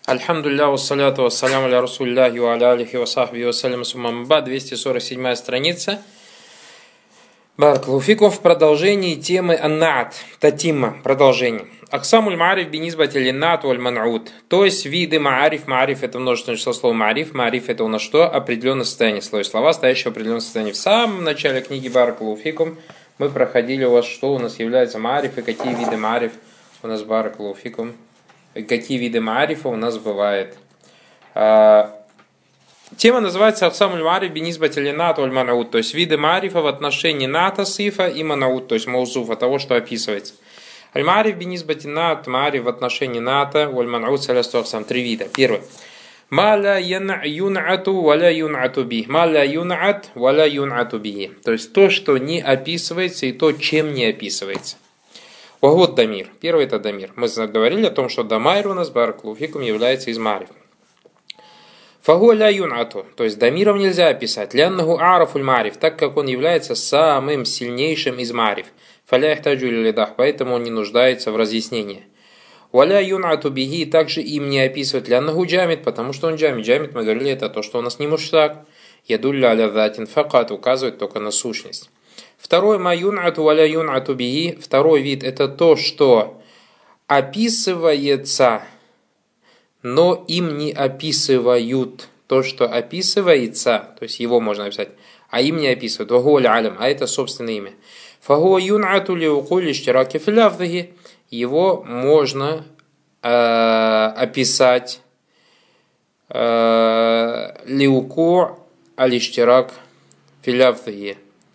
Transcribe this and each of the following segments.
Альхамдулилля, вассаляту вассаляму аля расулилляхи ва аля алихи ва сахбихи ва салям суммамба, 247 страница. Баракалуфикум, в продолжении темы аннаат, татимма, продолжение. Аксамуль маариф бинизбати линнаат валь ман'ут. То есть виды маариф, маариф это множественное число слова маариф, маариф это у нас что? Определенное состояние, слова, стоящие в определенном состоянии. В самом начале книги Баракалуфикум мы проходили у вас, что у нас является маариф и какие виды маариф у нас Баракалуфикум. Какие виды маарифа у нас бывает. Тема называется «Аксамуль маариф бинизбати линнаат валь ман'ут», то есть виды маарифа в отношении ната сифа и ман'ут, то есть маузуфа, того, что описывается. Аль-маариф бинизбати нат, маариф в отношении ната, валь ман'ут салясту аксам, три вида. Первый. Ма ла юн'ату валя юн'ату бих. Ма ла юн'ат валя юн'ату бихи. То есть то, что не описывается, и то, чем не описывается. Вот дамир. Первый это дамир. Мы говорили о том, что дамайр у нас баракалуфикум является из маариф. Фагу ля юн'ату. То есть дамиром нельзя описать. Ляннаху арафуль маариф. Так как он является самым сильнейшим из маариф. Фаля ихтаджу лидах. Поэтому он не нуждается в разъяснении. Валя юн'ату бихи. Также им не описывать ляннаху джамид. Потому что он джамид. Джамид, мы говорили, это то, что у нас не муштак. Ядулля аля датин факат. Указывает только на сущность. Второй ма юн'ату валя юн'ату бихи. Второй вид это то, что описывается, но им не описывают. То, что описывается, то есть его можно описать, а им не описывают. Вагу аль-алям, а это собственное имя. Фагу юн'ату лиукуль иштираки фи лафзихи. Его можно описать лиуку аль-иштирак фи лафзихи.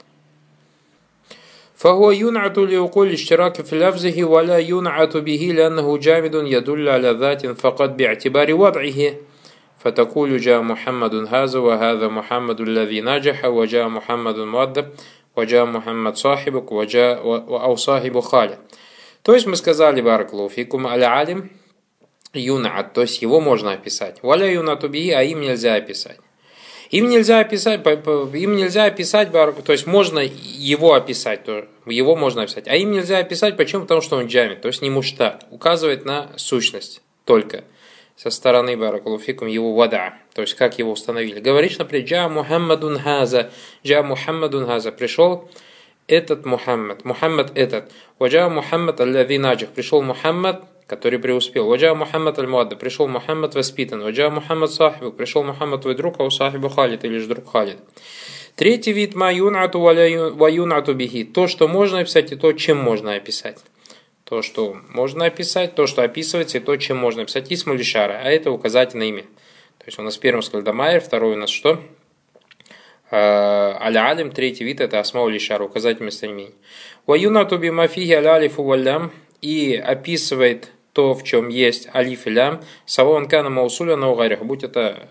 فهو ينعت لوقوع الاشتراك في لفظه ولا ينعت به لأنه جامد يدل على ذات فقط باعتبار وضعه فتقول جاء محمد هذا وهذا محمد الذي نجح وجاء محمد مؤدب وجاء محمد صاحبك وجاء أو صاحب خالد. То есть мы сказали баракалуфикум аль-алим юнат, то есть его можно описать. Валя юнату бихи, а им нельзя описать. Им нельзя описать, то есть можно его описать, его можно описать, а им нельзя описать, почему? Потому что он джамид, то есть не муштак, указывает на сущность только со стороны баракалуфикум его вада, то есть как его установили. Говоришь, например, джа Мухаммадун хаза, пришел этот Мухаммад, Мухаммад этот, ваджа Мухаммад аль-лави наджих, пришел Мухаммад, который преуспел. Ваджа Мухаммад аль-Муадда, пришел Мухаммад воспитан. Ваджа Мухаммад сахибу, пришел Мухаммад твой друг, а у сахибу Халид, или же друг Халид. Третий вид ма юн'ату ва юн'ату бихи. То, что можно описать, и то, чем можно описать. То, что можно описать, то, что описывается, и то, чем можно описать. Исму лишара, а это указательное имя. То есть у нас первый сказал дамайр, второй у нас что? Аль-алим, третий вид это асмау лишара, указательное местоимение. Ва юн'ату бимафихи аль-алифу валлям. И описывает то, в чем есть алиф и лям, савон кана маусуля на угарях, будь это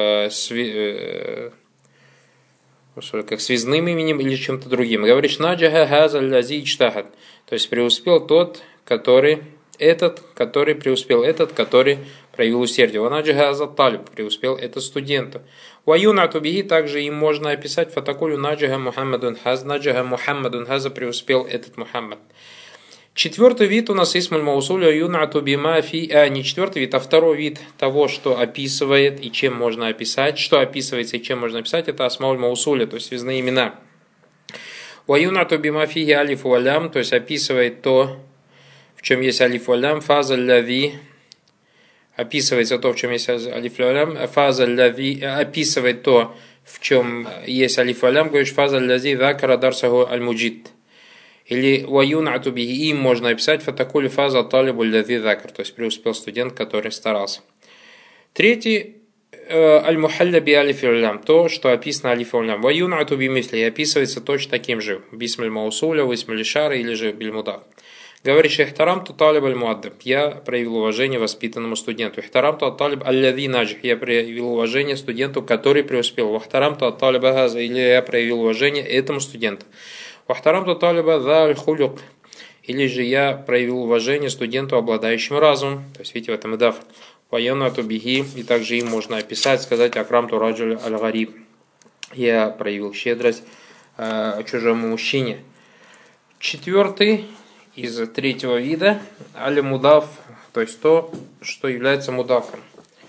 как связным именем или чем-то другим. Говоришь, наджаха хаза лази ичтахат, то есть преуспел тот, который преуспел, этот, который проявил усердие. Наджаха хаза талиб, преуспел этот студент. Ваюнату бихи, также им можно описать фатакулю наджаха Мухаммадун хаз, наджаха Мухаммадун хаза, преуспел этот Мухаммад. Четвертый вид у нас исмуль маусуля юн'ату бима фи, не четвертый вид, а второй вид того, что описывает и чем можно описать, что описывается и чем можно описать, это асмауль маусуля, то есть связные имена. Ва юн'ату бима фи алиф валям, то есть описывает то, в чем есть алиф валям, фаза лави, описывается то, в чем есть алиф валям, фаза лави, описывает то, в чем есть алиф валям, говоришь фаза лази вакара дарсаху аль-муджид. Или ваюн'ату бихи, им можно описать фатакуль фаза талибу лави закар, то есть преуспел студент, который старался. Третий аль-мухалля би алиф валям, то, что описано алиф валям. Ваюн'ату би мисли, описывается точно таким же, бисмиль маусуля, висмиль шара или же бильмудав. Говоришь, ихтарам ту талиб аль-муаддаб, я проявил уважение воспитанному студенту. Ихтарам ту талиб аль-лави наджих, я проявил уважение студенту, который преуспел. Вахтарам ту талиб газа, или я проявил уважение этому студенту. Вахтарамту талиба за аль-хулюк, или же я проявил уважение студенту, обладающему разумом. То есть, видите, в этом идаф. Ваюн'ату бихи, и также им можно описать, сказать акрамту раджуль аль-гариб. Я проявил щедрость чужому мужчине. Четвертый из третьего вида аль-мудаф, то есть то, что является мудафом.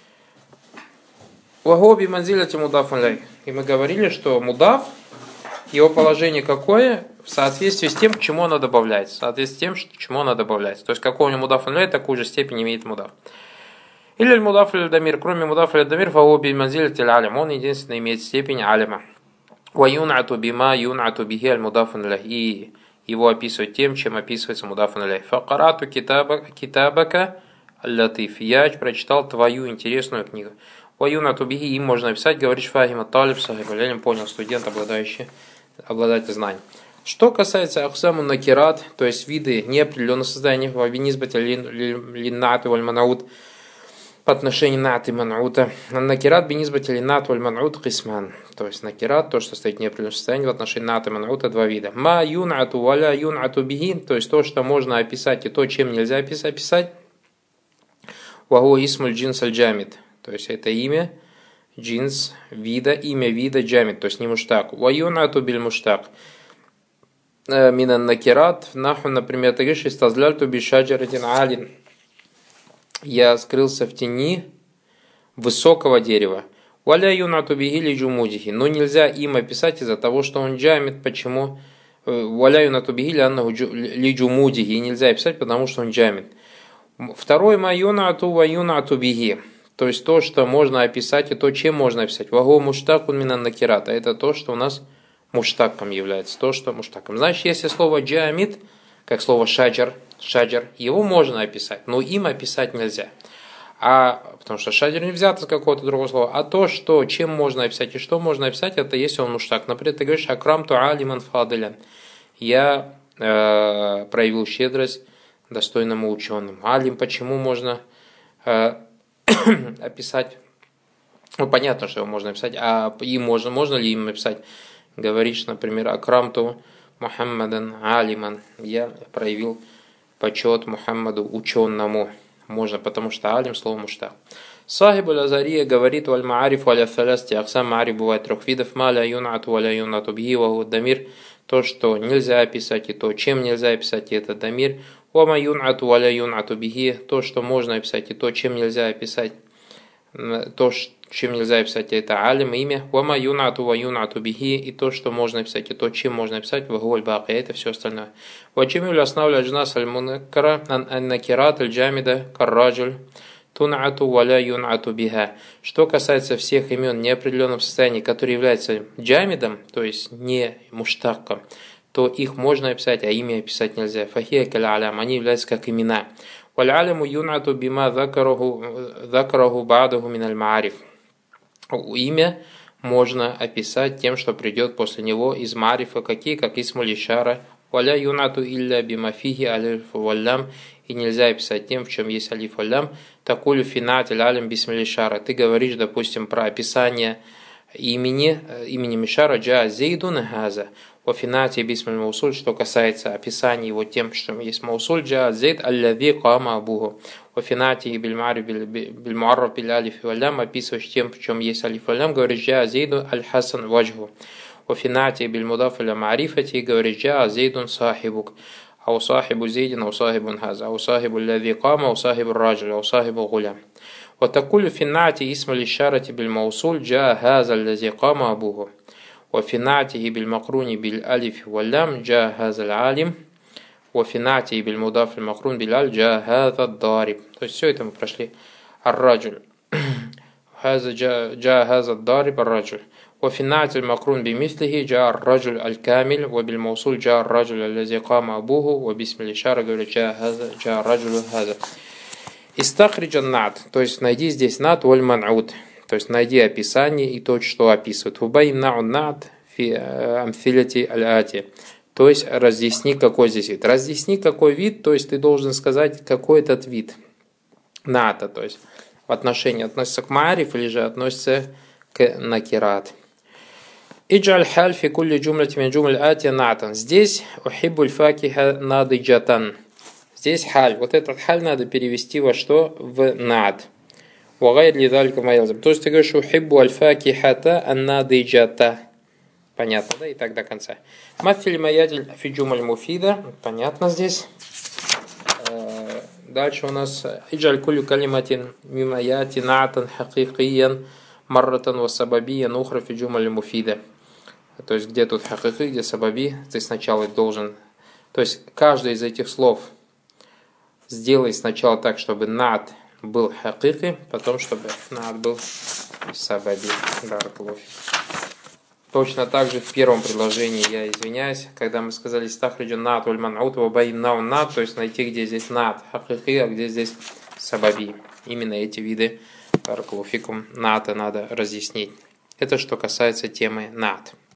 Вахо биманзиляти мудаф алейх. И мы говорили, что мудаф, его положение какое? В соответствии с тем, к чему оно добавляется. В соответствии с тем, к чему оно добавляется. То есть, какого у него мудаф алейх, такую же степень имеет мудаф. Или мудаф аль-дамир. Кроме мудаф аль-дамир, фахо биманзиляти алим. Он единственно имеет степень алима. Ва юн'ату бима юн'ату бихи аль-мудаф алейх. И его описывают тем, чем описывается мудаф алейх. Факарату китабака аль-латиф. Я прочитал твою интересную книгу. Ваюна тубихи, им можно написать, говоришь фахима талиб сахиб аль-илм, понял студент, обладатель знаний. Что касается ахсаму накират, то есть виды неопределенного создания, вабинизбати линнаты валь манаут, по отношению наты манаута, накират бинизбати линнат валь манаут кисман, то есть накират, то, что стоит в неопределенном состоянии, в отношении наты манаута, два вида. Ма юнату валя юнату бихи, то есть то, что можно описать, и то, чем нельзя описать. Ваху исмуль джинс аль-джамид. То есть это имя джинс вида, имя вида джамид, то есть не муштак. Ваюнату биль муштак. Минан накират. Наху, например, ты говоришь, истазляльту бишаджаратин алин. Я скрылся в тени высокого дерева. Валя юнату бигили джумудихи. Но нельзя им описать из-за того, что он джамид. Почему? Валя юнату бигили аннаху ли джумудихи. И нельзя описать, потому что он джамид. Второй ма юнату ва юнату биги. То есть то, что можно описать, и то, чем можно описать. Вагу муштакун минан накирата. Это то, что у нас муштаком является. То, что муштаком. Значит, если слово джамид, как слово шаджар, его можно описать, но им описать нельзя. Потому что шаджар не взято с какого-то другого слова. А то, что, чем можно описать и что можно описать, это если он муштак. Например, ты говоришь акрамту алиман фадилян. Я проявил щедрость достойному ученому. Алим почему можно описать? Ну, понятно, что его можно описать, а им можно ли им написать? Говоришь, например, акрамту Мухаммадан алиман. Я проявил почет Мухаммаду ученому. Можно, потому что алим слово муштак. Сахиб аль-Азария говорит: валь маариф валя фалясти аксам маариф бывает трех видов. Маля юнату валя юнату бхи ва дамир. То, что нельзя описать, и то, чем нельзя описать, и это дамир. Вама юнату валя юнату бихи, то, что можно описать, и то, чем нельзя описать, то, чем нельзя описать, это алим, имя. Вама юнату ва юнату бихи, и то, что можно описать, и то, чем можно описать, вагуаль баки, это все остальное. Вачимюль основля джнас аль-мунаккара ан-накират аль-джамида карраджуль тунату валя юнату биха. Что касается всех имен неопределенного состояния, которые являются джамидом, то есть не муштаком, то их можно описать, а имя описать нельзя. Фахия каль-алям, они являются как имена. Валь-аляму юнату бима закараху ба'даху мин аль-маариф. Имя можно описать тем, что придет после него из марифа, какие, как исмуль ишара. Валя юнату илля бимафихи алиф валлям. И нельзя описать тем, в чем есть алиф валлям. Такулю финат алям бисмиль ишара. Ты говоришь, допустим, про описание имени Мишара джа зейдун газа. О финате бисмиль маусуль, что касается описания его тем, что есть маусуль джа зейд аллави кама абуху. О финате и бильмуаррав биль алиф валлям, описываешь тем, в чем есть алиф валлям, говоришь джа зейду аль-хасан ваджху. О финате и бильмудаф аля маарифати, говоришь джа зейдун сахибук. أو صاحب زيد أو صاحب هذا أو صاحب الذي قام أو صاحب الرجل أو صاحب غلام. وتقول في النعت اسم الإشارة بالموصول جاء هذا الذي قام أبوه. وفي نعته بالمقرون بالألف واللام جاء هذا العالم. وفي نعته بالمضاف المقرون بالألف جاء هذا الضارب. То есть все это мы прошли. الرجل هذا جاء هذا الضارب الرجل. وفي النعت المقرون بمثله جاء الرجل الكامل وبالموصول جاء الرجل الذي قام أبوه وباسم الإشارة جاء الرجل هذا. Истахридж ан-нат, то есть найди здесь нат валь ман'ут, то есть найди описание и то, что описывает. Убайн нат фи амфиляти аль-ати, то есть разъясни, какой здесь вид. Разъясни, какой вид, то есть ты должен сказать, какой этот вид ната, то есть в отношении относится к маариф или же относится к накират. Иджаль халь фи кулли джумлати мин джумль ати натан. Здесь ухиббуль факиха надиджатан. Здесь халь. Вот этот халь надо перевести во что? В над. Вагайр ли далька маялзам. То есть ты говоришь ухиббу аль-факихата ан-надиджата. Понятно, да? И так до конца. Мафиль маядиль фи джумль муфида. Понятно здесь. Дальше у нас иджаль кулю калиматин мимаяти натан хакикиян марратан ва сабабия нухра фи джумаль муфида. То есть, где тут хакики, где сабаби, ты сначала должен... То есть, каждое из этих слов сделай сначала так, чтобы над был хакики, потом, чтобы над был сабаби. Баракаллаху фик. Точно так же в первом предложении, я извиняюсь, когда мы сказали стахриджу над уль ман'ут ва баин над, то есть найти, где здесь над хакики, а где здесь сабаби. Именно эти виды баракаллаху фикум ната надо разъяснить. Это что касается темы над.